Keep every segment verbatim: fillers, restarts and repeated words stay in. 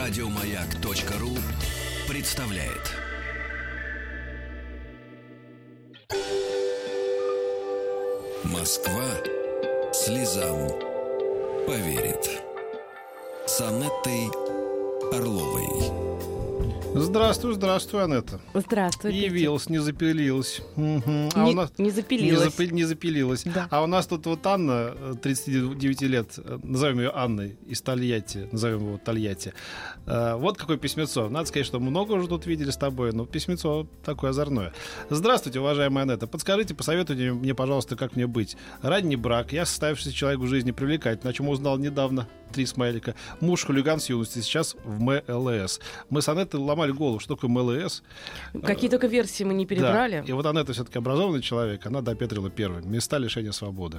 Радиомаяк.ру представляет. Москва слезам поверит. С Анеттой Орловой. Здравствуй, здравствуй, Анетта. Здравствуй. Явилась, не запилилась. Угу. А Не, у нас... не запилилась. Не, запи... не запилилась. Да. А у нас тут вот Анна, тридцати девяти лет, назовем ее Анной, из Тольятти, назовем его Тольятти. А, вот какое письмецо. Надо сказать, что много уже тут видели с тобой, но письмецо такое озорное. Здравствуйте, уважаемая Анетта. Подскажите, посоветуйте мне, пожалуйста, как мне быть. Ранний брак, я состоявшийся человек в жизни привлекательный, о чем узнал недавно. Три смайлика. Муж хулиган с юности, сейчас в МЛС. Мы с Анеттой ломали голову, что такое МЛС. Какие только версии мы не перебрали. Да. И вот Анетта все-таки образованный человек, она допетрила первым. Места лишения свободы.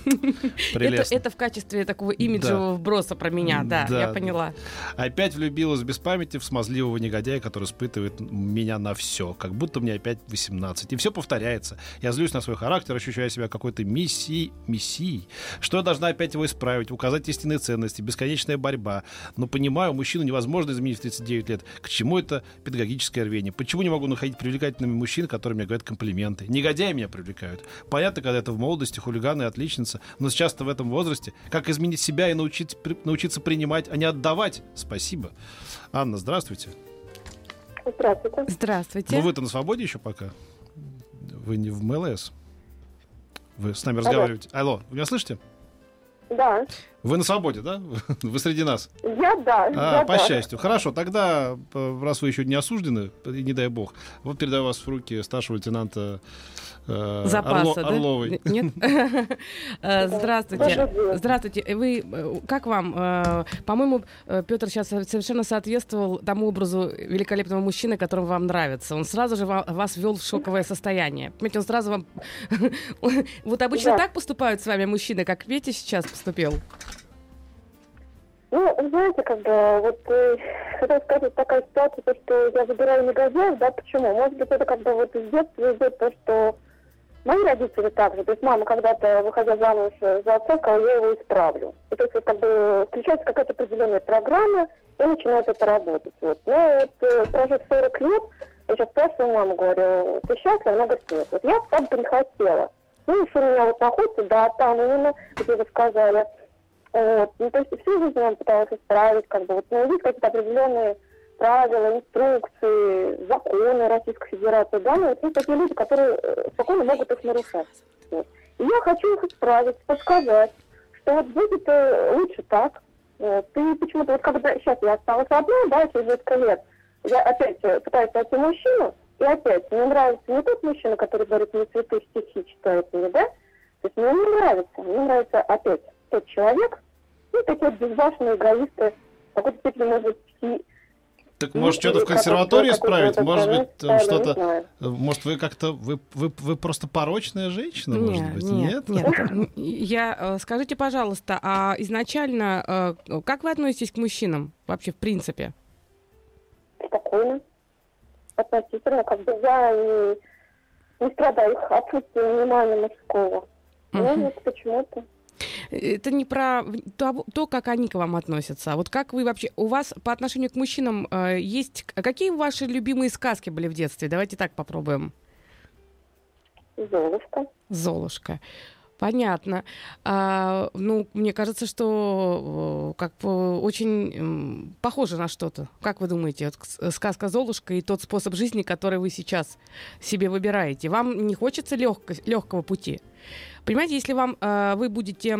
Это, это в качестве такого имиджевого да. вброса про меня, да, да, я поняла. Опять влюбилась без памяти в смазливого негодяя, который испытывает меня на все. Как будто мне опять восемнадцать. И все повторяется. Я злюсь на свой характер, ощущаю себя какой-то мессией. мессией. Что я должна опять его исправить, указать истинные ценности, бесконечная борьба. Но понимаю, мужчину невозможно изменить в тридцать девять лет. К чему это педагогическое рвение? Почему не могу находить привлекательными мужчин, которые мне говорят комплименты? Негодяи меня привлекают. Понятно, когда это в молодости, хулиганы и отличница. Но сейчас-то в этом возрасте. Как изменить себя и научить, при, научиться принимать, а не отдавать? Спасибо. Анна, здравствуйте. Здравствуйте. Здравствуйте. Ну вы-то на свободе еще пока? Вы не в МЛС? Вы с нами разговариваете? Алло, вы меня слышите? Да. Вы на свободе, да? Вы среди нас? Я да. А, я по да. счастью. Хорошо, тогда, раз вы еще не осуждены, не дай бог, вот передаю вас в руки старшего лейтенанта э, Запаса, Орло, да? Орловой. Нет? Здравствуйте. Здравствуйте. Вы, как вам? По-моему, Петр сейчас совершенно соответствовал тому образу великолепного мужчины, который вам нравится. Он сразу же вас ввел в шоковое состояние. Понимаете, он сразу вам... Вот обычно так поступают с вами мужчины, как Петя сейчас поступил? Ну, знаете, как бы, вот, э, хотела сказать, такая ситуация, то, что я выбираю негодяев, да, почему? Может быть, это как бы вот из детства идет то, что мои родители также, то есть мама когда-то, выходя замуж за отца, сказала, я его исправлю. И, то есть, вот, как бы, включается какая-то определенная программа, и начинает это работать, вот. Но вот, э, прожив сорок лет, я сейчас спрашиваю маму, говорю, ты счастлива? Она говорит, нет. Вот я сам-то не хотела. Ну, что у меня вот находится, да, там именно, где вы сказали. Вот. Ну, то есть всю жизнь он пытался исправить, как бы, вот, ну, есть какие-то определенные правила, инструкции, законы Российской Федерации, да, но вот есть такие люди, которые спокойно могут их нарушать. Вот. И я хочу их исправить, подсказать, что вот будет э, лучше так. Вот. И почему-то вот когда сейчас я осталась одна, да, через несколько лет, я опять пытаюсь найти мужчину, и опять мне нравится не тот мужчина, который говорит, мне цветы, стихи читает мне, да, то есть мне не нравится, мне нравится опять тот человек, ну, такие вот безбашенные эгоисты, в какой-то степени, может быть, пси... Так, может, что-то в консерватории исправить? Может быть, там что-то... что-то... Может, вы как-то... Вы, вы, вы просто порочная женщина, нет, может быть? Нет, нет. нет. Я, скажите, пожалуйста, а изначально как вы относитесь к мужчинам вообще, в принципе? Спокойно. Относительно, как бы я не, не страдаю их отсутствием внимания мужского. Ну, uh-huh. вот почему-то. Это не про то, то, как они к вам относятся. А вот как вы вообще... У вас по отношению к мужчинам э, есть... Какие ваши любимые сказки были в детстве? Давайте так попробуем. Золушка. Золушка. Понятно. А, ну, мне кажется, что как бы очень похоже на что-то. Как вы думаете, вот сказка «Золушка» и тот способ жизни, который вы сейчас себе выбираете, вам не хочется легко, легкого пути? Понимаете, если вам, э, вы будете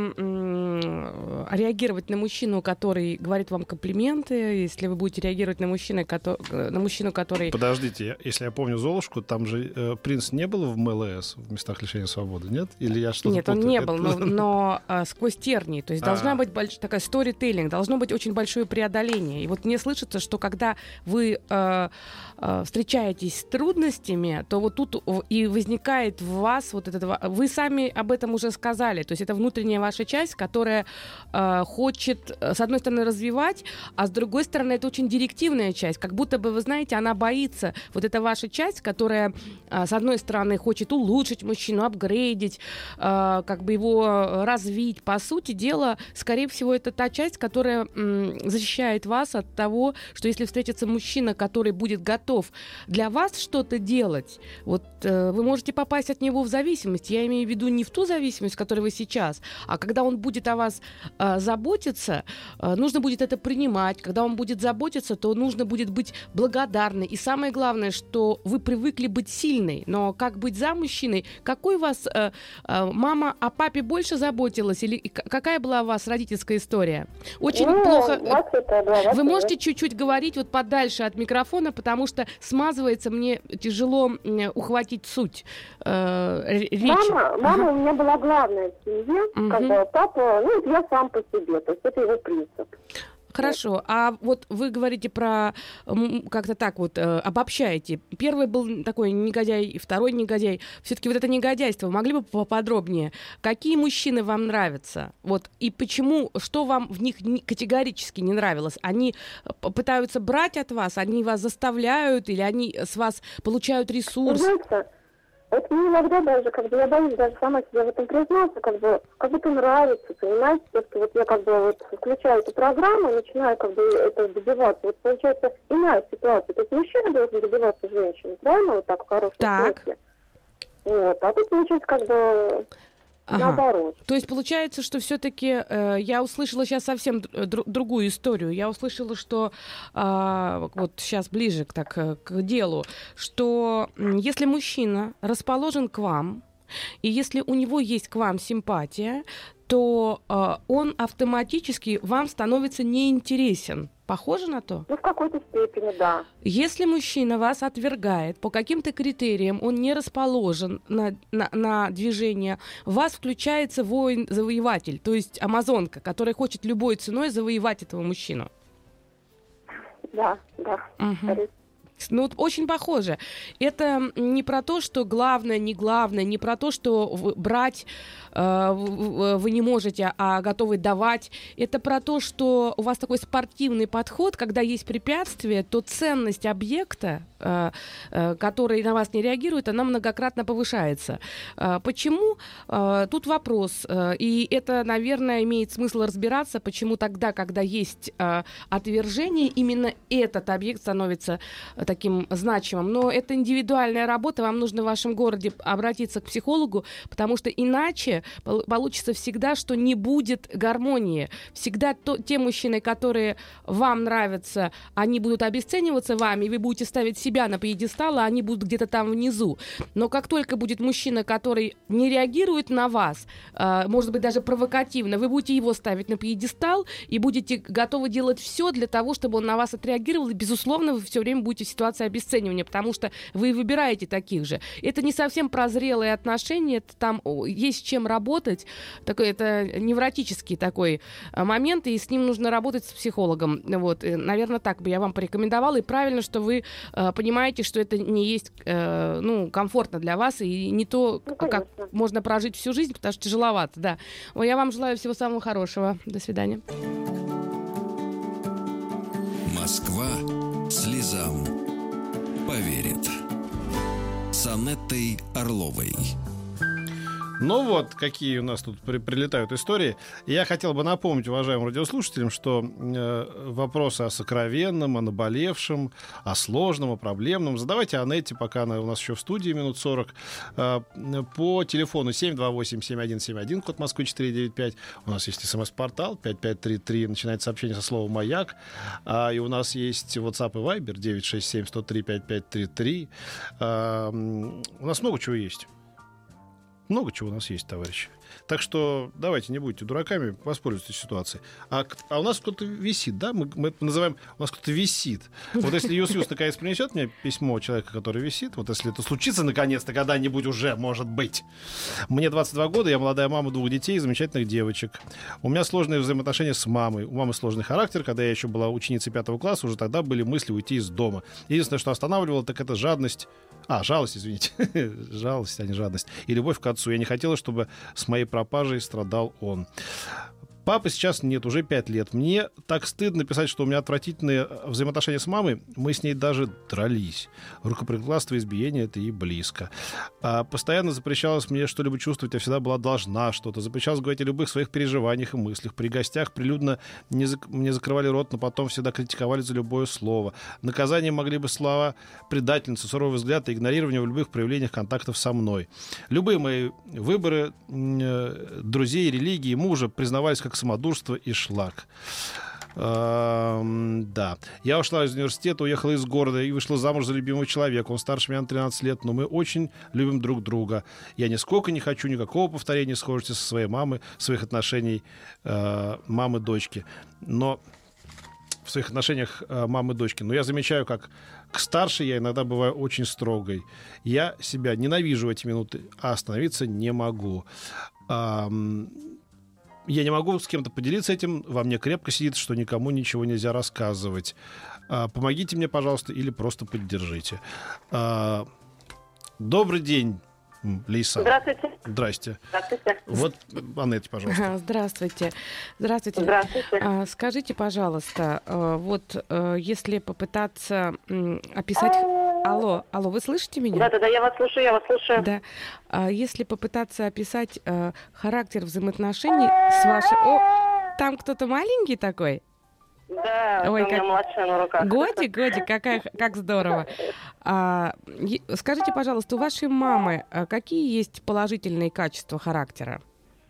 э, реагировать на мужчину, который говорит вам комплименты, если вы будете реагировать на мужчину, который, на мужчину, который... Подождите, я, если я помню «Золушку», там же э, принц не был в МЛС, в местах лишения свободы, нет? Или я что-то Нет, путаю? он не Это... был, но, но э, сквозь тернии. То есть должна быть больш... такая сторителлинг, должно быть очень большое преодоление. И вот мне слышится, что когда вы э, э, встречаетесь с трудностями, то вот тут и возникает в вас вот это... Вы сами об этом уже сказали. То есть это внутренняя ваша часть, которая которая э, хочет, с одной стороны, развивать, а с другой стороны, это очень директивная часть. Как будто бы, вы знаете, она боится. Вот эта ваша часть, которая, э, с одной стороны, хочет улучшить мужчину, апгрейдить, э, как бы его развить. По сути дела, скорее всего, это та часть, которая м, защищает вас от того, что если встретится мужчина, который будет готов для вас что-то делать, вот э, вы можете попасть от него в зависимость. Я имею в виду не в ту зависимость, в которой вы сейчас, а когда он будет о вас э, заботиться, э, нужно будет это принимать. Когда он будет заботиться, то нужно будет быть благодарной. И самое главное, что вы привыкли быть сильной. Но как быть за мужчиной? Какой вас э, э, мама о папе больше заботилась? Или какая была у вас родительская история? Очень Ну, плохо. мать это, да, мать Вы это. можете чуть-чуть говорить вот подальше от микрофона, потому что смазывается, мне тяжело м, ухватить суть э, речи. Мама, мама Ага. у меня была главная в семье, Мгм. как бы папа, ну, это я сам по себе, то есть это его принцип. Хорошо, а вот вы говорите про, м, как-то так вот, э, обобщаете. Первый был такой негодяй, второй негодяй. Все-таки вот это негодяйство, могли бы поподробнее? Какие мужчины вам нравятся? Вот, и почему, что вам в них не- категорически не нравилось? Они п- пытаются брать от вас, они вас заставляют, или они с вас получают Вы ресурс? знаете, вот мне иногда даже, как бы я боюсь даже сама себе в этом признаться, как бы, как будто нравится, понимаете, то, что вот я как бы вот включаю эту программу, начинаю как бы это добиваться. Вот получается иная ситуация. То есть мужчина должен добиваться женщины, правильно, вот так в хорошем Так. смысле? Вот, а тут получается как бы Ага. наоборот. То есть получается, что все-таки э, я услышала сейчас совсем д- дру- другую историю. Я услышала, что а, вот сейчас ближе к, так, э, к делу, что м, если мужчина расположен к вам, и если у него есть к вам симпатия, то э, он автоматически вам становится неинтересен. Похоже на то? Ну, в какой-то степени, да. Если мужчина вас отвергает по каким-то критериям, он не расположен на, на, на движение, в вас включается воин-завоеватель, то есть амазонка, которая хочет любой ценой завоевать этого мужчину. Да, да. Мгм. Скорее. Ну, вот очень похоже. Это не про то, что главное, не главное, не про то, что вы- брать э, в- вы не можете, а готовы давать. Это про то, что у вас такой спортивный подход, когда есть препятствие, то ценность объекта, э, э, который на вас не реагирует, она многократно повышается. Э, почему? Э, тут вопрос. Э, и это, наверное, имеет смысл разбираться, почему тогда, когда есть э, отвержение, именно этот объект становится э, таким значимым. Но это индивидуальная работа, вам нужно в вашем городе обратиться к психологу, потому что иначе пол- получится всегда, что не будет гармонии. Всегда то, те мужчины, которые вам нравятся, они будут обесцениваться вами, и вы будете ставить себя на пьедестал, а они будут где-то там внизу. Но как только будет мужчина, который не реагирует на вас, э, может быть, даже провокативно, вы будете его ставить на пьедестал и будете готовы делать все для того, чтобы он на вас отреагировал, и, безусловно, вы все время будете в ситуации обесценивания, потому что вы выбираете таких же. Это не совсем прозрелые отношения, это там о, есть с чем работать. Такой, это невротический такой а, момент, и с ним нужно работать с психологом. Вот, и, наверное, так бы я вам порекомендовала. И правильно, что вы э, понимаете, что это не есть э, ну, комфортно для вас, и не то, Ну, как конечно. можно прожить всю жизнь, потому что тяжеловато, да. Ой, я вам желаю всего самого хорошего. До свидания. Москва слезам поверит. С Анеттой Орловой. Ну вот, какие у нас тут при- прилетают истории. Я хотел бы напомнить уважаемым радиослушателям, что э, вопросы о сокровенном, о наболевшем, о сложном, о проблемном задавайте Анетте, пока она у нас еще в студии, минут сорок, э, по телефону семь два восемь семь один семь один, код Москвы четыре девять пять. У нас есть смс-портал пять пять три три, начинается сообщение со словом «Маяк». А, и у нас есть WhatsApp и Viber девять шесть семь сто три пять пять три три. А, м, у нас много чего есть. Много чего у нас есть, товарищи. Так что давайте не будьте дураками, воспользуйтесь ситуацией. А, к- а у нас кто-то висит, да? Мы, мы это называем, у нас кто-то висит. Вот если Юс-Юс наконец принесет мне письмо человека, который висит, вот если это случится наконец-то когда-нибудь уже, может быть. Мне двадцать два года, я молодая мама двух детей, замечательных девочек. У меня сложные взаимоотношения с мамой. У мамы сложный характер. Когда я еще была ученицей пятого класса, уже тогда были мысли уйти из дома. Единственное, что останавливало, так это жадность. А, жалость, извините. Жалость, а не жадность. И любовь к отцу. Я не хотела, чтобы с моей пропажей страдал он. Папы сейчас нет, уже пять лет. Мне так стыдно писать, что у меня отвратительные взаимоотношения с мамой. Мы с ней даже дрались. Рукоприкладство и избиение — это и близко. А постоянно запрещалось мне что-либо чувствовать. Я всегда была должна что-то. Запрещалось говорить о любых своих переживаниях и мыслях. При гостях прилюдно не зак... мне закрывали рот, но потом всегда критиковали за любое слово. Наказанием могли бы слова предательницы, суровый взгляд и игнорирование в любых проявлениях контактов со мной. Любые мои выборы э, друзей, религии, мужа признавались как самодурство и шлак. Эм, да. Я ушла из университета, уехала из города и вышла замуж за любимого человека. Он старше меня на тринадцать лет, но мы очень любим друг друга. Я нисколько не хочу никакого повторения схожести со своей мамой, своих отношений э, мамы-дочки. Но в своих отношениях э, мамы-дочки. Но я замечаю, как к старшей я иногда бываю очень строгой. Я себя ненавижу в эти минуты, а остановиться не могу. Эм, Я не могу с кем-то поделиться этим. Во мне крепко сидит, что никому ничего нельзя рассказывать. А, помогите мне, пожалуйста, или просто поддержите. А, добрый день, Лейсан. Здравствуйте. Здрасте. Здравствуйте. Вот, Анетте, пожалуйста. Здравствуйте. Здравствуйте. Здравствуйте. А, скажите, пожалуйста, а, вот а, если попытаться м, описать... Алло, алло, вы слышите меня? Да-да-да, я вас слушаю, я вас слушаю. Да. А, если попытаться описать а, характер взаимоотношений с вашей... О, там кто-то маленький такой? Да, Ой, у меня как- младшая на руках. Годик, годик, какая, как здорово. А, е- скажите, пожалуйста, у вашей мамы а, какие есть положительные качества характера?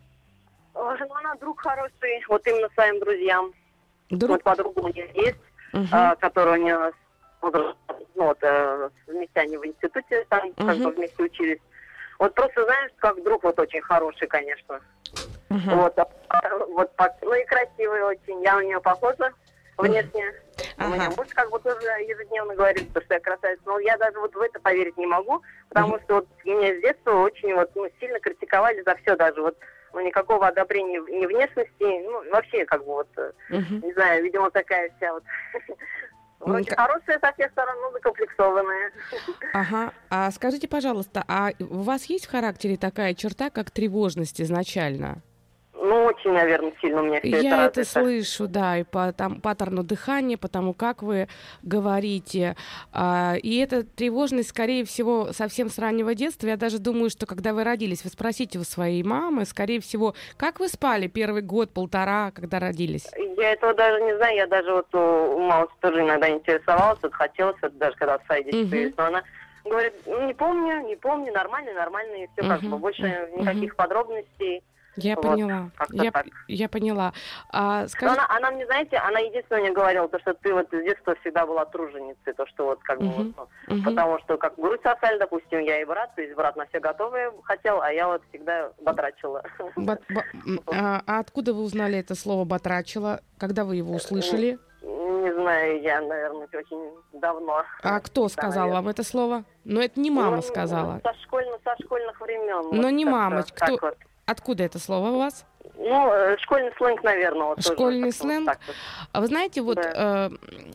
Ой, ну, она друг хороший, вот именно своим друзьям. Друг? Вот подруга у нее есть, Мгм. а, которая у нее, ну, вот, э, вместе они в институте там как Мгм. бы вместе учились. Вот просто, знаешь, как друг вот очень хороший, конечно. Мгм. Вот, а, вот, по- ну и красивый очень. Я на нее похожа внешне. У Ага. меня муж как бы тоже ежедневно говорит, что я красавица. Но я даже вот в это поверить не могу, потому что вот меня с детства очень вот, ну, сильно критиковали за все даже. Вот, ну, никакого одобрения ни внешности, ну, вообще как бы вот, э, Мгм. не знаю, видимо, такая вся вот... Вроде ка- хорошая со всех сторон, но закомплексованная. Ага. А скажите, пожалуйста, а у вас есть в характере такая черта, как тревожность изначально? Ну, очень, наверное, сильно у меня все это Я это развито. слышу, да, и по там, паттерну дыхания, по тому, как вы говорите. А, и эта тревожность, скорее всего, совсем с раннего детства. Я даже думаю, что когда вы родились, вы спросите у своей мамы, скорее всего, как вы спали первый год, полтора, когда родились? Я этого даже не знаю, я даже вот у, у мамы тоже иногда интересовалась, вот хотелось, вот даже когда в садике Мгм. появились, но она говорит, ну, не помню, не помню, нормально, нормально, и все как Мгм. бы, больше Мгм. никаких подробностей. Я Вот, поняла. как-то Я, так. я поняла. А, Но скажи... она, она мне, знаете, она единственное мне говорила, то, что ты вот с детства всегда была труженицей, то, что вот как бы Мгм. вот, ну, Мгм. потому что как грудь сосали, допустим, я и брат, то есть брат на все готовое хотел, а я вот всегда батрачила. Бат- ба- м, а, а откуда вы узнали это слово «батрачила»? Когда вы его услышали? Не знаю, я, наверное, очень давно. А кто Да, сказал наверное. вам это слово? Но это не мама Ну, сказала. Со школьных, со школьных времен. Но вот не как-то мама. так Кто- вот. Откуда это слово у вас? Ну, э, школьный сленг, наверное. Вот тоже Школьный как-то вот сленг? так вот. А вы знаете, вот э,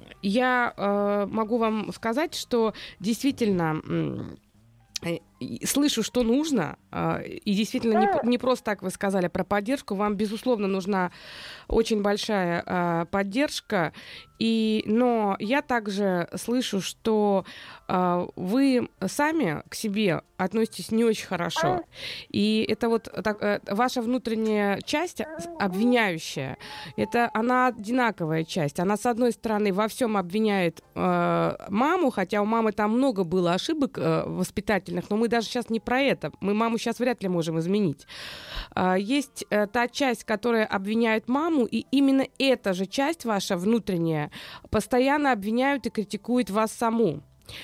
я э, могу вам сказать, что действительно м, э, и слышу, что нужно, э, и действительно не, п- не просто так вы сказали про поддержку, вам, безусловно, нужна очень большая э, поддержка, и, но я также слышу, что э, вы сами к себе относитесь не очень хорошо, и это вот так, э, ваша внутренняя часть э, обвиняющая, это она одинаковая часть, она с одной стороны во всем обвиняет э, маму, хотя у мамы там много было ошибок э, воспитательных, но мы даже сейчас не про это. Мы маму сейчас вряд ли можем изменить. А, есть э, та часть, которая обвиняет маму, и именно эта же часть, ваша внутренняя, постоянно обвиняют и критикует вас саму.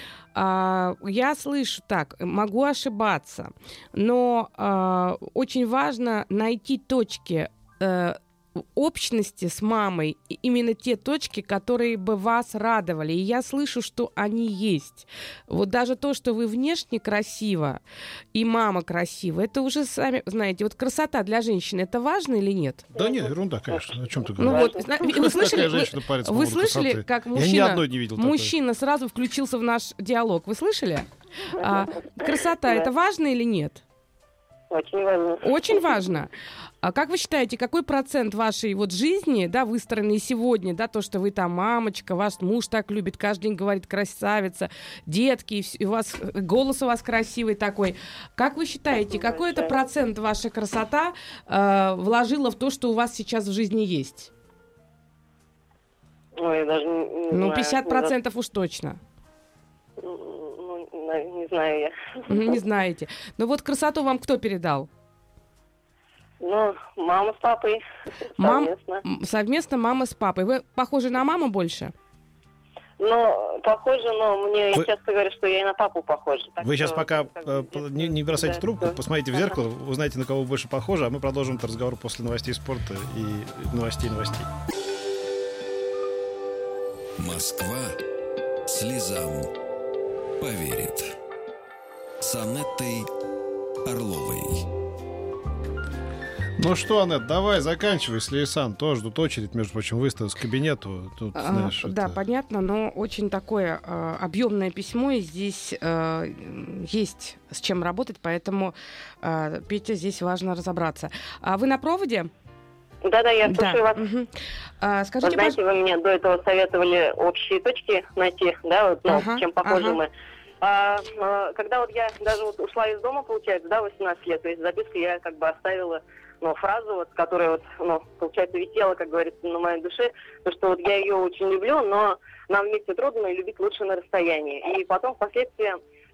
А, я слышу так, могу ошибаться, но а, очень важно найти точки э, общности с мамой, и именно те точки, которые бы вас радовали. И я слышу, что они есть. Вот даже то, что вы внешне красиво, и мама красива, это уже сами знаете, вот красота для женщины, это важно или нет? Да нет, ерунда, конечно. О чем ты Ну говоришь? вот, зна- вы слышали, Какая вы, женщина парится по вы поводу слышали, красоты? как Я ни мужчина, одной не видел такой. мужчина сразу включился в наш диалог? Вы слышали? А, красота, это важно или нет? очень важно. Очень важно. А как вы считаете, какой процент вашей вот жизни, да, выстроенной сегодня, да, то, что вы там мамочка, ваш муж так любит, каждый день говорит красавица, детки, и, вс- и у вас голос у вас красивый такой. Как вы считаете, какой это процент ваша красота э, вложила в то, что у вас сейчас в жизни есть? Ой, я даже не, не Ну, знаю. пятьдесят процентов уж точно. Ну, не, не знаю я. Не знаете. Но вот красоту вам кто передал? Ну, мама с папой Мам- совместно. м, совместно мама с папой. Вы похожи на маму больше? Ну, похоже, но мне Вы- часто говорят, что я и на папу похожа. Так Вы сейчас что, пока как э, бы, п- не, не бросайте да, трубку, да. посмотрите в Ага. зеркало, узнаете, на кого вы больше похожи, а мы продолжим этот разговор после новостей спорта и новостей новостей. Москва слезам поверит. С Анеттой Орловой. Ну что, Анет, давай заканчивай с Лейсан. Тоже тут очередь, между прочим, выставилась к кабинету. Тут, А, знаешь, да, это- понятно, но очень такое э, объемное письмо, и здесь э, есть с чем работать, поэтому, э, Петя, здесь важно разобраться. А вы на проводе? Да-да, я Да. слушаю вас. Мгм. А, Вы скажите, знаете, вы мне до этого советовали общие точки найти, да, вот, ну, Ага, чем похожи ага. мы. А, а, когда вот я даже вот ушла из дома, получается, да, восемнадцать лет, то есть записку я как бы оставила, ну, фразу, вот, которая вот, ну, получается, висела, как говорится, на моей душе, то, что вот я ее очень люблю, но нам вместе трудно и любить лучше на расстоянии. И потом, впоследствии,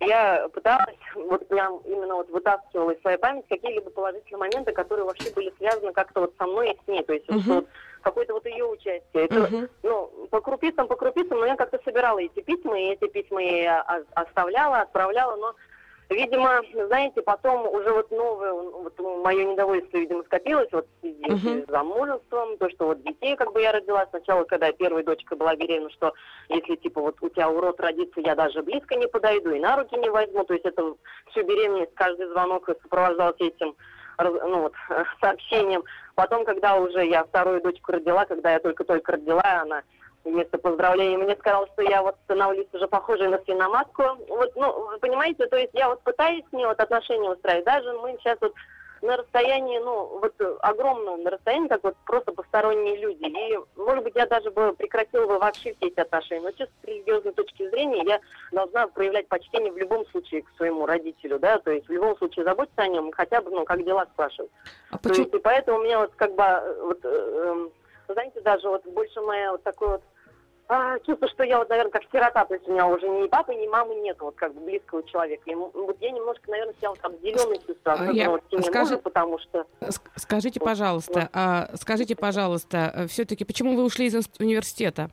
я пыталась, вот прям именно вот вытаскивала из своей памяти какие-либо положительные моменты, которые вообще были связаны как-то вот со мной и с ней, то есть Мгм. вот, вот какое-то вот ее участие. Это, Мгм. ну, по крупицам, по крупицам, но я как-то собирала эти письма, и эти письма я о- оставляла, отправляла, но, видимо, знаете, потом уже вот новое, вот мое недовольство, видимо, скопилось вот в связи Мгм. с замужеством, то, что вот детей как бы я родила сначала, когда первая дочка была беременна, что если, типа, вот у тебя урод родится, я даже близко не подойду и на руки не возьму, то есть это всю беременность, каждый звонок сопровождался этим, раз- ну, вот, сообщением. Потом, когда уже я вторую дочку родила, когда я только-только родила, она вместо поздравления мне сказала, что я вот становлюсь уже похожей на свиноматку. Вот, ну, вы понимаете, то есть я вот пытаюсь с ней вот отношения устраивать. Даже мы сейчас вот на расстоянии, ну, вот огромном на расстоянии, как вот просто посторонние люди. И, может быть, я даже бы прекратила бы вообще все эти отношения. Но чисто с религиозной точки зрения я должна проявлять почтение в любом случае к своему родителю, да, то есть в любом случае заботиться о нем, хотя бы, ну, как дела спрашивать. А То почему? есть, и поэтому у меня вот как бы, э, вот, э, э, знаете, даже вот больше моя вот такой вот а, чувство, что я вот, наверное, как сирота, то есть у меня уже ни папы, ни мамы нет, вот как бы близкого человека. И, м, вот я немножко, наверное, себя вот обделенной чувствую, особенно Я- вот в семье скажи- мужа, потому что... Ск- Скажите, Вот, пожалуйста, а, скажите, пожалуйста, все-таки, почему вы ушли из инст- университета?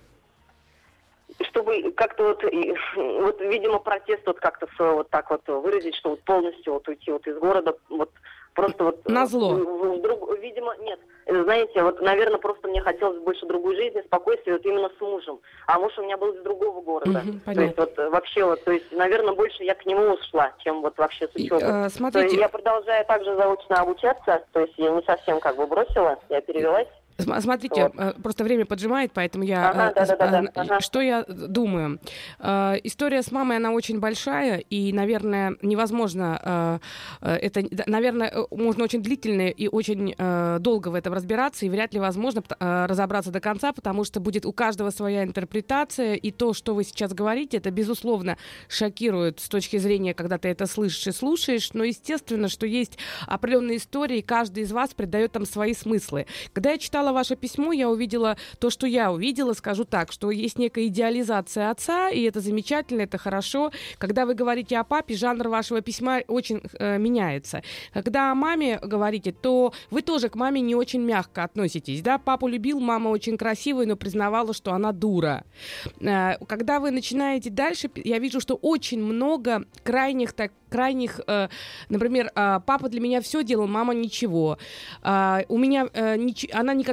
Чтобы как-то вот, и, вот, видимо, протест вот как-то свой вот так вот выразить, что вот полностью вот уйти вот из города, вот просто вот... Назло. в- в- в друг- видимо, нет. Знаете, вот, наверное, просто мне хотелось больше другой жизни, спокойствия, вот именно с мужем. А муж у меня был из другого города. Мгм, то есть вот э, вообще вот, то есть, наверное, больше я к нему ушла, чем вот вообще с И, учебы. э, То есть смотрите, я продолжаю также заочно обучаться, то есть я не совсем как бы бросила, я перевелась. См- Смотрите, Вот. э, просто время поджимает, поэтому я... Ага, э, да-да-да-да, э, ага. Что я думаю? Э, История с мамой, она очень большая, и, наверное, невозможно... э, э, Это, да, наверное, э, можно очень длительно и очень э, долго в этом разбираться, и вряд ли возможно пт- э, разобраться до конца, потому что будет у каждого своя интерпретация, и то, что вы сейчас говорите, это, безусловно, шокирует с точки зрения, когда ты это слышишь и слушаешь, но, естественно, что есть определенные истории, и каждый из вас придает там свои смыслы. Когда я читала ваше письмо, я увидела то, что я увидела, скажу так, что есть некая идеализация отца, и это замечательно, это хорошо. Когда вы говорите о папе, жанр вашего письма очень э, меняется. Когда о маме говорите, то вы тоже к маме не очень мягко относитесь, да? Папу любил, мама очень красивая, но признавала, что она дура. Э, когда вы начинаете дальше, я вижу, что очень много крайних так крайних, э, например, э, папа для меня все делал, мама ничего. Э, у меня э, нич- она никогда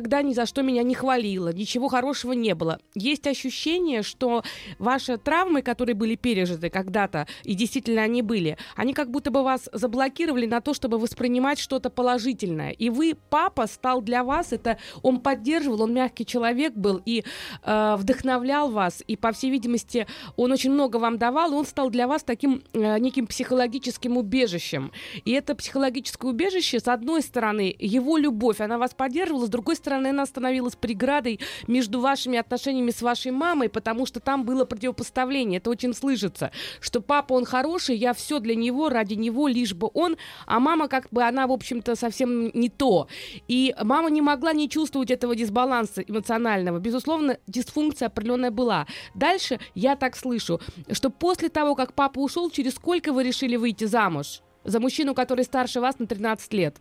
никогда ни за что меня не хвалила, ничего хорошего не было. Есть ощущение, что ваши травмы, которые были пережиты когда-то, и действительно они были, они как будто бы вас заблокировали на то, чтобы воспринимать что-то положительное. И вы, папа, стал для вас, это он поддерживал, он мягкий человек был и э, вдохновлял вас, и, по всей видимости, он очень много вам давал, и он стал для вас таким э, неким психологическим убежищем. И это психологическое убежище, с одной стороны, его любовь, она вас поддерживала, с другой стороны, она становилась преградой между вашими отношениями с вашей мамой, потому что там было противопоставление. Это очень слышится, что папа, он хороший, я все для него, ради него, лишь бы он, а мама, как бы, она, в общем-то, совсем не то. И мама не могла не чувствовать этого дисбаланса эмоционального. Безусловно, дисфункция определенная была. Дальше я так слышу, что после того, как папа ушел, через сколько вы решили выйти замуж? За мужчину, который старше вас на тринадцать лет.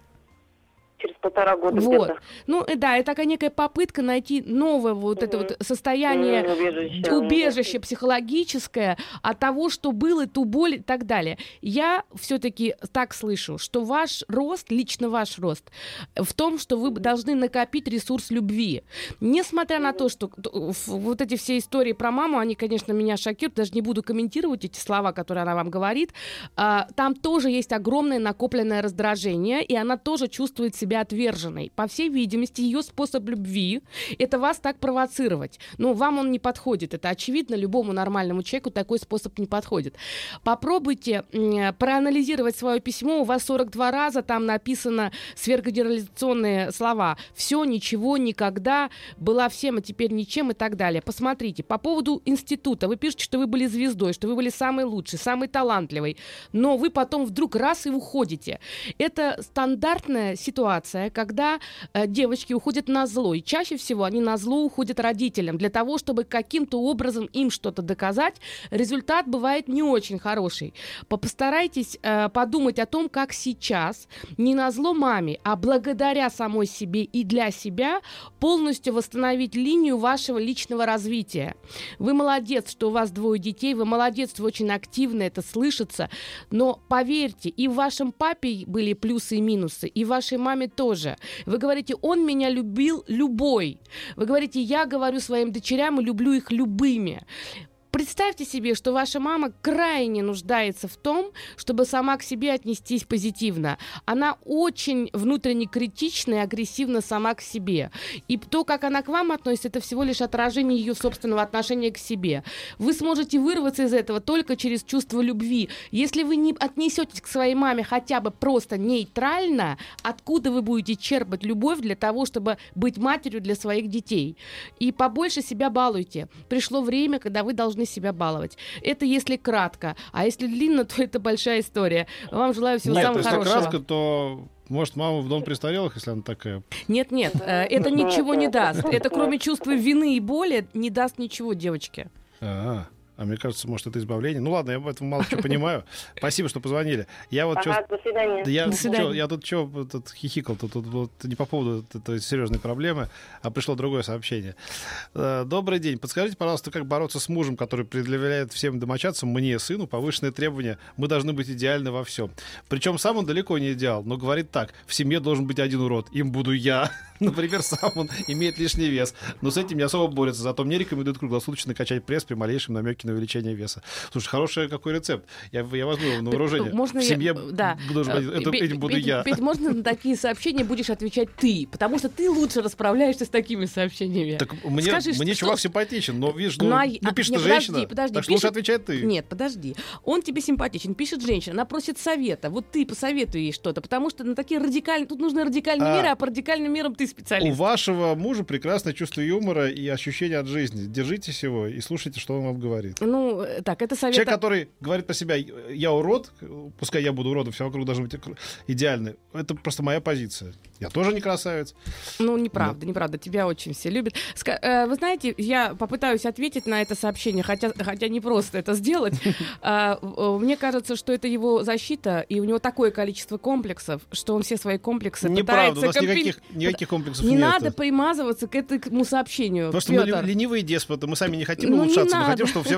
Через полтора года вот. где-то. Ну, да, это такая некая попытка найти новое вот mm-hmm. это вот состояние, mm-hmm. убежище, убежище mm-hmm. психологическое от того, что было, ту боль и так далее. Я все-таки так слышу, что ваш рост, лично ваш рост, в том, что вы должны накопить ресурс любви. Несмотря mm-hmm. на то, что вот эти все истории про маму, они, конечно, меня шокируют, даже не буду комментировать эти слова, которые она вам говорит. Там тоже есть огромное накопленное раздражение, и она тоже чувствует себя отверженной. По всей видимости, ее способ любви — это вас так провоцировать. Но вам он не подходит. Это очевидно, любому нормальному человеку такой способ не подходит. Попробуйте м- проанализировать свое письмо. У вас сорок два раза там написано сверхгенерализационные слова. Все, ничего, никогда, была всем, а теперь ничем и так далее. Посмотрите. По поводу института. Вы пишете, что вы были звездой, что вы были самой лучшей, самой талантливой. Но вы потом вдруг раз и уходите. Это стандартная ситуация, когда э, девочки уходят на зло. И чаще всего они на зло уходят родителям для того, чтобы каким-то образом им что-то доказать. Результат бывает не очень хороший. Постарайтесь э, подумать о том, как сейчас не на зло маме, а благодаря самой себе и для себя полностью восстановить линию вашего личного развития. Вы молодец, что у вас двое детей, вы молодец, что вы очень активны, это слышится. Но поверьте, и в вашем папе были плюсы и минусы, и в вашей маме тоже. Вы говорите, он меня любил любой. Вы говорите, я говорю своим дочерям и люблю их любыми. Представьте себе, что ваша мама крайне нуждается в том, чтобы сама к себе отнестись позитивно. Она очень внутренне критична и агрессивна сама к себе. И то, как она к вам относится, это всего лишь отражение ее собственного отношения к себе. Вы сможете вырваться из этого только через чувство любви. Если вы не отнесетесь к своей маме хотя бы просто нейтрально, откуда вы будете черпать любовь для того, чтобы быть матерью для своих детей? И побольше себя балуйте. Пришло время, когда вы должны себя баловать. Это если кратко. А если длинно, то это большая история. Вам желаю всего Нет, самого если хорошего. кратко, то может мама в дом престарелых, если она такая. Нет, нет, это ничего не даст. Это кроме чувства вины и боли не даст ничего девочке. А-а. А мне кажется, может, это избавление. Ну ладно, я об этом мало что понимаю. Спасибо, что позвонили. Я вот ага, чё... до свидания. Я, До свидания. Чё, я тут что тут хихикал, тут, тут, тут не по поводу этой серьезной проблемы, а пришло другое сообщение. Добрый день. Подскажите, пожалуйста, как бороться с мужем, который предъявляет всем домочадцам, мне, сыну, повышенные требования. Мы должны быть идеальны во всем. Причем сам он далеко не идеал, но говорит так: в семье должен быть один урод, им буду я. Например, сам он имеет лишний вес, но с этим не особо борется. Зато мне рекомендуют круглосуточно качать пресс при малейшем намеке на увеличение веса. Слушай, хороший какой рецепт. Я, я возьму его на вооружение. Можно в семье я... да. должен быть, это, Петь, этим буду Петь, я. Петь, можно на такие сообщения будешь отвечать ты, потому что ты лучше расправляешься с такими сообщениями. Так мне, Скажи, мне что, чувак что... симпатичен, но видишь, ну, ну, а, ну пишет нет, женщина, подожди, подожди, так что пишет... лучше отвечай ты. Нет, подожди. Он тебе симпатичен, пишет женщина, она просит совета. Вот ты посоветуй ей что-то, потому что на такие радикальные... Тут нужны радикальные А... меры, а по радикальным мерам ты специалист. У вашего мужа прекрасное чувство юмора и ощущение от жизни. Держитесь его и слушайте, что он вам говорит. Ну, так, это совет... Человек, который говорит про себя, я урод, пускай я буду уродом, все вокруг должны быть идеальны. Это просто моя позиция. Я тоже не красавец. Ну, неправда, неправда. Тебя очень все любят. Ска- э, вы знаете, я попытаюсь ответить на это сообщение, хотя, хотя не просто это сделать. Э, э, мне кажется, что это его защита, и у него такое количество комплексов, что он все свои комплексы Неправда, пытается... у нас компен- никаких, никаких комплексов Не нет. надо примазываться к этому сообщению, Потому что мы Пётр. ленивые деспоты, мы сами не хотим Ну, не улучшаться, мы надо. хотим, чтобы все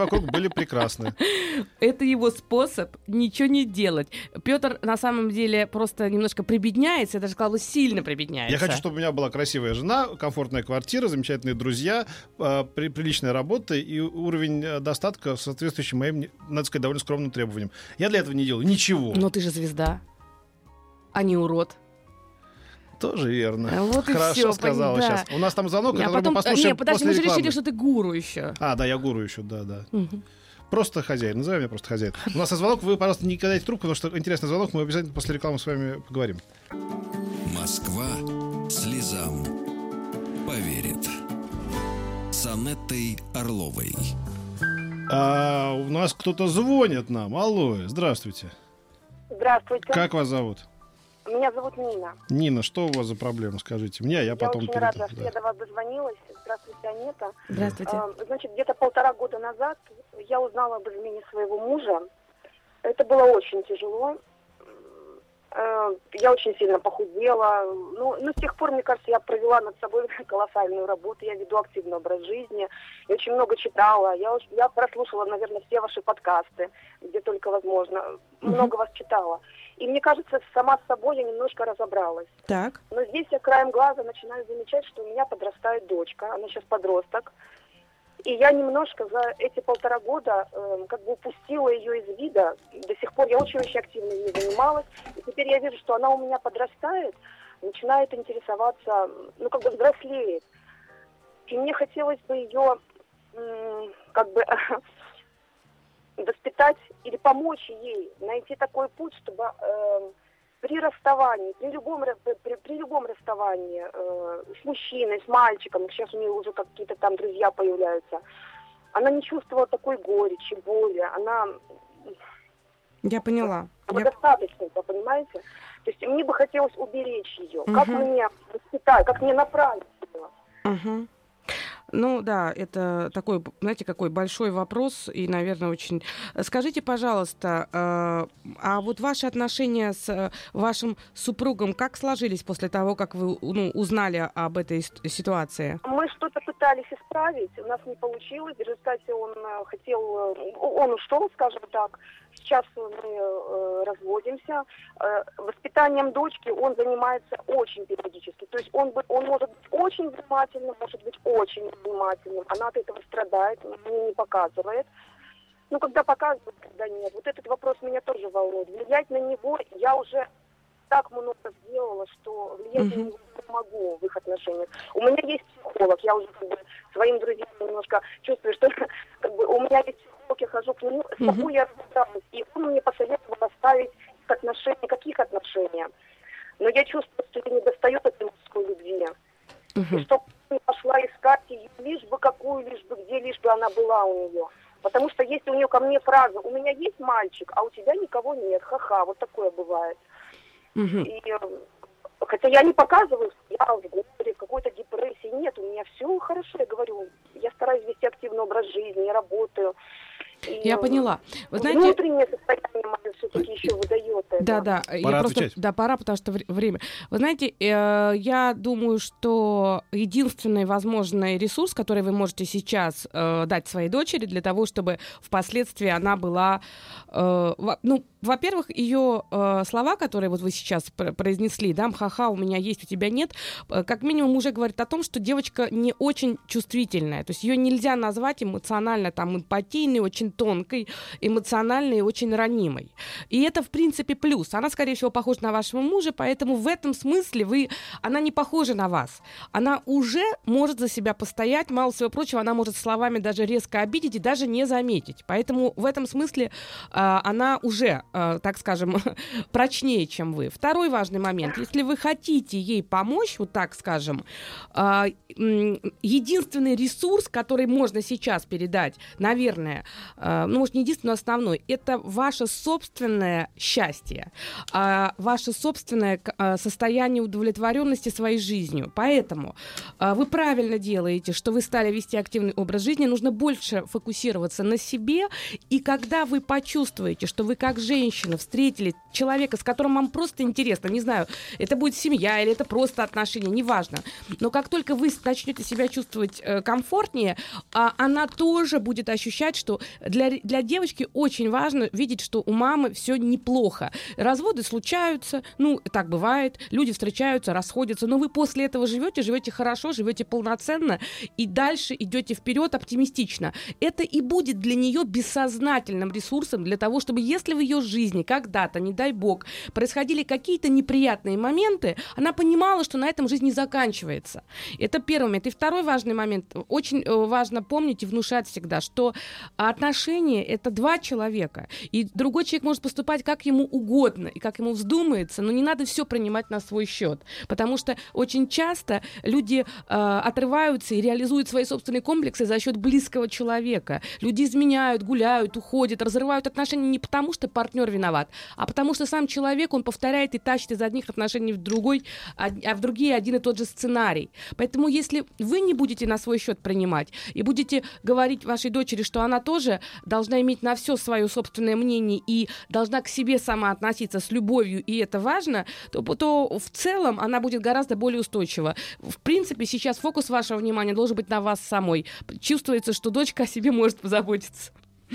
вокруг были прекрасны. Это его способ ничего не делать. Петр на самом деле просто немножко прибедняется, я даже сказала, сильно прибедняется. Я хочу, чтобы у меня была красивая жена, комфортная квартира, замечательные друзья, э, при, приличная работа и уровень э, достатка, соответствующий моим, надо сказать, довольно скромным требованиям. Я для этого не делаю ничего. Но ты же звезда, а не урод. Тоже верно. Вот Хорошо и всё, сказала да. сейчас. У нас там звонок, А который потом, мы послушаем не, подожди, после мы же рекламы. решили, что ты гуру еще. А, да, я гуру еще, да, да. Угу. Просто хозяин. Называй меня просто хозяин. У нас звонок. Вы, пожалуйста, не кидайте трубку, потому что интересный звонок. Мы обязательно после рекламы с вами поговорим. Москва слезам поверит. С Анеттой Орловой. А, у нас кто-то звонит нам. Алло, здравствуйте. Здравствуйте. Как вас зовут? Меня зовут Нина. Нина, что у вас за проблема, скажите мне, а я Я потом... очень перейду. рада, что Да. я до вас дозвонилась. Здравствуйте, Анета. Здравствуйте. А, Значит, где-то полтора года назад я узнала об измене своего мужа. Это было очень тяжело. Э, Я очень сильно похудела. Ну, ну, с тех пор, мне кажется, я провела над собой колоссальную работу. Я веду активный образ жизни. Я очень много читала. Я, уж- я прослушала, наверное, все ваши подкасты, где только возможно. Много вас читала. И мне кажется, сама с собой я немножко разобралась. Так. Но здесь я краем глаза начинаю замечать, что у меня подрастает дочка. Она сейчас подросток. И я немножко за эти полтора года э, как бы упустила ее из вида. До сих пор я очень-очень активно ей занималась. И теперь я вижу, что она у меня подрастает, начинает интересоваться, ну, как бы взрослеет. И мне хотелось бы ее м, как бы воспитать или помочь ей найти такой путь, чтобы э, при расставании, при любом, ра- при, при любом расставании э, с мужчиной, с мальчиком, сейчас у нее уже какие-то там друзья появляются, она не чувствовала такой горечи, боли, она Я поняла. Я... достаточно, вы понимаете? То есть мне бы хотелось уберечь ее. Как Мгм. мне воспитать, как мне направить ее? Мгм. Ну да, это такой, знаете, какой большой вопрос и, наверное, очень... Скажите, пожалуйста, э, а вот ваши отношения с э, вашим супругом как сложились после того, как вы ну, узнали об этой с- ситуации? Мы что-то пытались исправить, у нас не получилось. В результате он э, хотел, э, он ушел, скажем так. Сейчас мы э, разводимся. Э, воспитанием дочки он занимается очень периодически. То есть он, бы- он может быть очень внимательным, может быть очень внимательным. Она от этого страдает, мне не показывает. Ну, когда показывает, когда нет. Вот этот вопрос меня тоже волнует. Влиять на него я уже так много сделала, что влиять на Мгм. него не могу в их отношениях. У меня есть психолог, я уже как бы своим друзьям немножко чувствую, что как бы у меня есть психолог, я хожу к нему, с Мгм. собой я разбиралась, и он мне посоветовал оставить их отношения, каких отношения. Но я чувствую, что ей не достает этой мужской любви. И Мгм. чтобы я пошла искать ее, лишь бы какую, лишь бы где, лишь бы она была у нее. Потому что если у нее ко мне фраза «у меня есть мальчик, а у тебя никого нет, ха-ха», вот такое бывает. Мгм. И, э, хотя я не показываю, что я в горе, в какой-то депрессии. Нет, у меня все хорошо, я говорю. Я стараюсь вести активный образ жизни, я работаю. И, Я э, поняла. Вы знаете... Внутреннее состояние мое все-таки еще выдает это. Да, да. Пора я просто, отвечать. да, пора, потому что вре- время. Вы знаете, э, я думаю, что единственный возможный ресурс, который вы можете сейчас э, дать своей дочери для того, чтобы впоследствии она была, э, во- ну, во-первых, ее э, слова, которые вот вы сейчас пр- произнесли, да, ха-ха, у меня есть, у тебя нет, э, как минимум уже говорит о том, что девочка не очень чувствительная, то есть ее нельзя назвать эмоционально там эмпатийной, очень тонкой, эмоциональной и очень ранимой. И это, в принципе, плюс. Она, скорее всего, похожа на вашего мужа, поэтому в этом смысле вы... она не похожа на вас. Она уже может за себя постоять, мало всего прочего, она может словами даже резко обидеть и даже не заметить. Поэтому в этом смысле а, она уже, а, так скажем, прочнее, чем вы. Второй важный момент. Если вы хотите ей помочь, вот так скажем, а, м, единственный ресурс, который можно сейчас передать, наверное, а, ну, может, не единственный, но основной, это ваша собственная собственное счастье, а, ваше собственное а, состояние удовлетворенности своей жизнью. Поэтому а, вы правильно делаете, что вы стали вести активный образ жизни. Нужно больше фокусироваться на себе. И когда вы почувствуете, что вы как женщина встретили человека, с которым вам просто интересно, не знаю, это будет семья или это просто отношения, неважно. Но как только вы начнете себя чувствовать э, комфортнее, а, она тоже будет ощущать, что для, для девочки очень важно видеть, что у мамы все неплохо. Разводы случаются, ну, так бывает, люди встречаются, расходятся, но вы после этого живете, живете хорошо, живете полноценно и дальше идете вперед оптимистично. Это и будет для нее бессознательным ресурсом для того, чтобы если в ее жизни когда-то, не дай бог, происходили какие-то неприятные моменты, она понимала, что на этом жизнь не заканчивается. Это первый момент. И второй важный момент. Очень важно помнить и внушать всегда, что отношения — это два человека. И другой человек может поступать как ему угодно и как ему вздумается, но не надо все принимать на свой счет. Потому что очень часто люди э, отрываются и реализуют свои собственные комплексы за счет близкого человека. Люди изменяют, гуляют, уходят, разрывают отношения не потому, что партнер виноват, а потому что сам человек, он повторяет и тащит из одних отношений в другой, а в другие один и тот же сценарий. Поэтому если вы не будете на свой счет принимать и будете говорить вашей дочери, что она тоже должна иметь на все свое собственное мнение и должна к себе сама относиться с любовью, и это важно, то, то в целом она будет гораздо более устойчива. В принципе, сейчас фокус вашего внимания должен быть на вас самой. Чувствуется, что дочка о себе может позаботиться.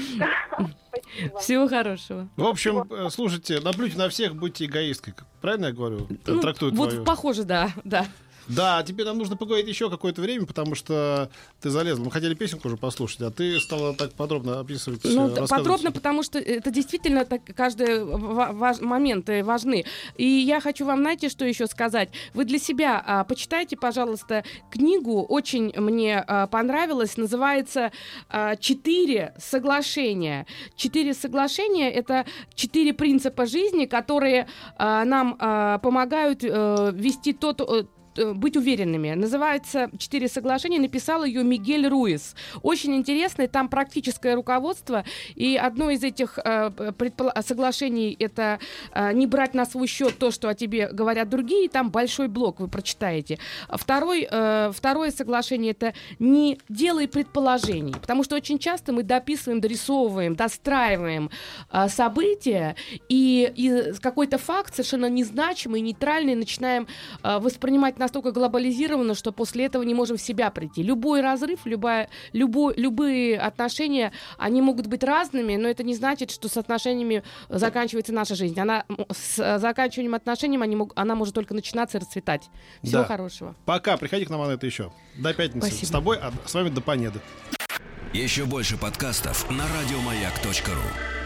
Всего хорошего. В общем, слушайте, наплюйте на всех, будьте эгоисткой. Правильно я говорю? Ну, Трактую вот твою. Похоже, да, да. Да, теперь нам нужно поговорить еще какое-то время, потому что ты залезла. Мы хотели песенку уже послушать, а ты стала так подробно описывать. Ну, подробно, потому что это действительно так, каждый важ, моменты важны. И я хочу вам, знаете, что еще сказать? Вы для себя а, почитайте, пожалуйста, книгу, очень мне а, понравилась, называется а, «Четыре соглашения». «Четыре соглашения» — это четыре принципа жизни, которые а, нам а, помогают а, вести тот... быть уверенными. Называется «Четыре соглашения». Написал ее Мигель Руис. Очень интересно. Там практическое руководство. И одно из этих э, предпол... соглашений — это э, не брать на свой счет то, что о тебе говорят другие. Там большой блок, вы прочитаете. Второй, э, второе соглашение — это не делай предположений. Потому что очень часто мы дописываем, дорисовываем, достраиваем э, события, и, и какой-то факт совершенно незначимый, нейтральный начинаем э, воспринимать настолько глобализировано, что после этого не можем в себя прийти. Любой разрыв, любая, любой, любые отношения, они могут быть разными, но это не значит, что с отношениями заканчивается наша жизнь. Она, с заканчиванием отношений они мог, она может только начинаться и расцветать. Всего да. хорошего. Пока. Приходи к нам, Анетта, еще. До пятницы. Спасибо. С тобой, а с вами до Понеды. Еще больше подкастов на радиомаяк точка ру.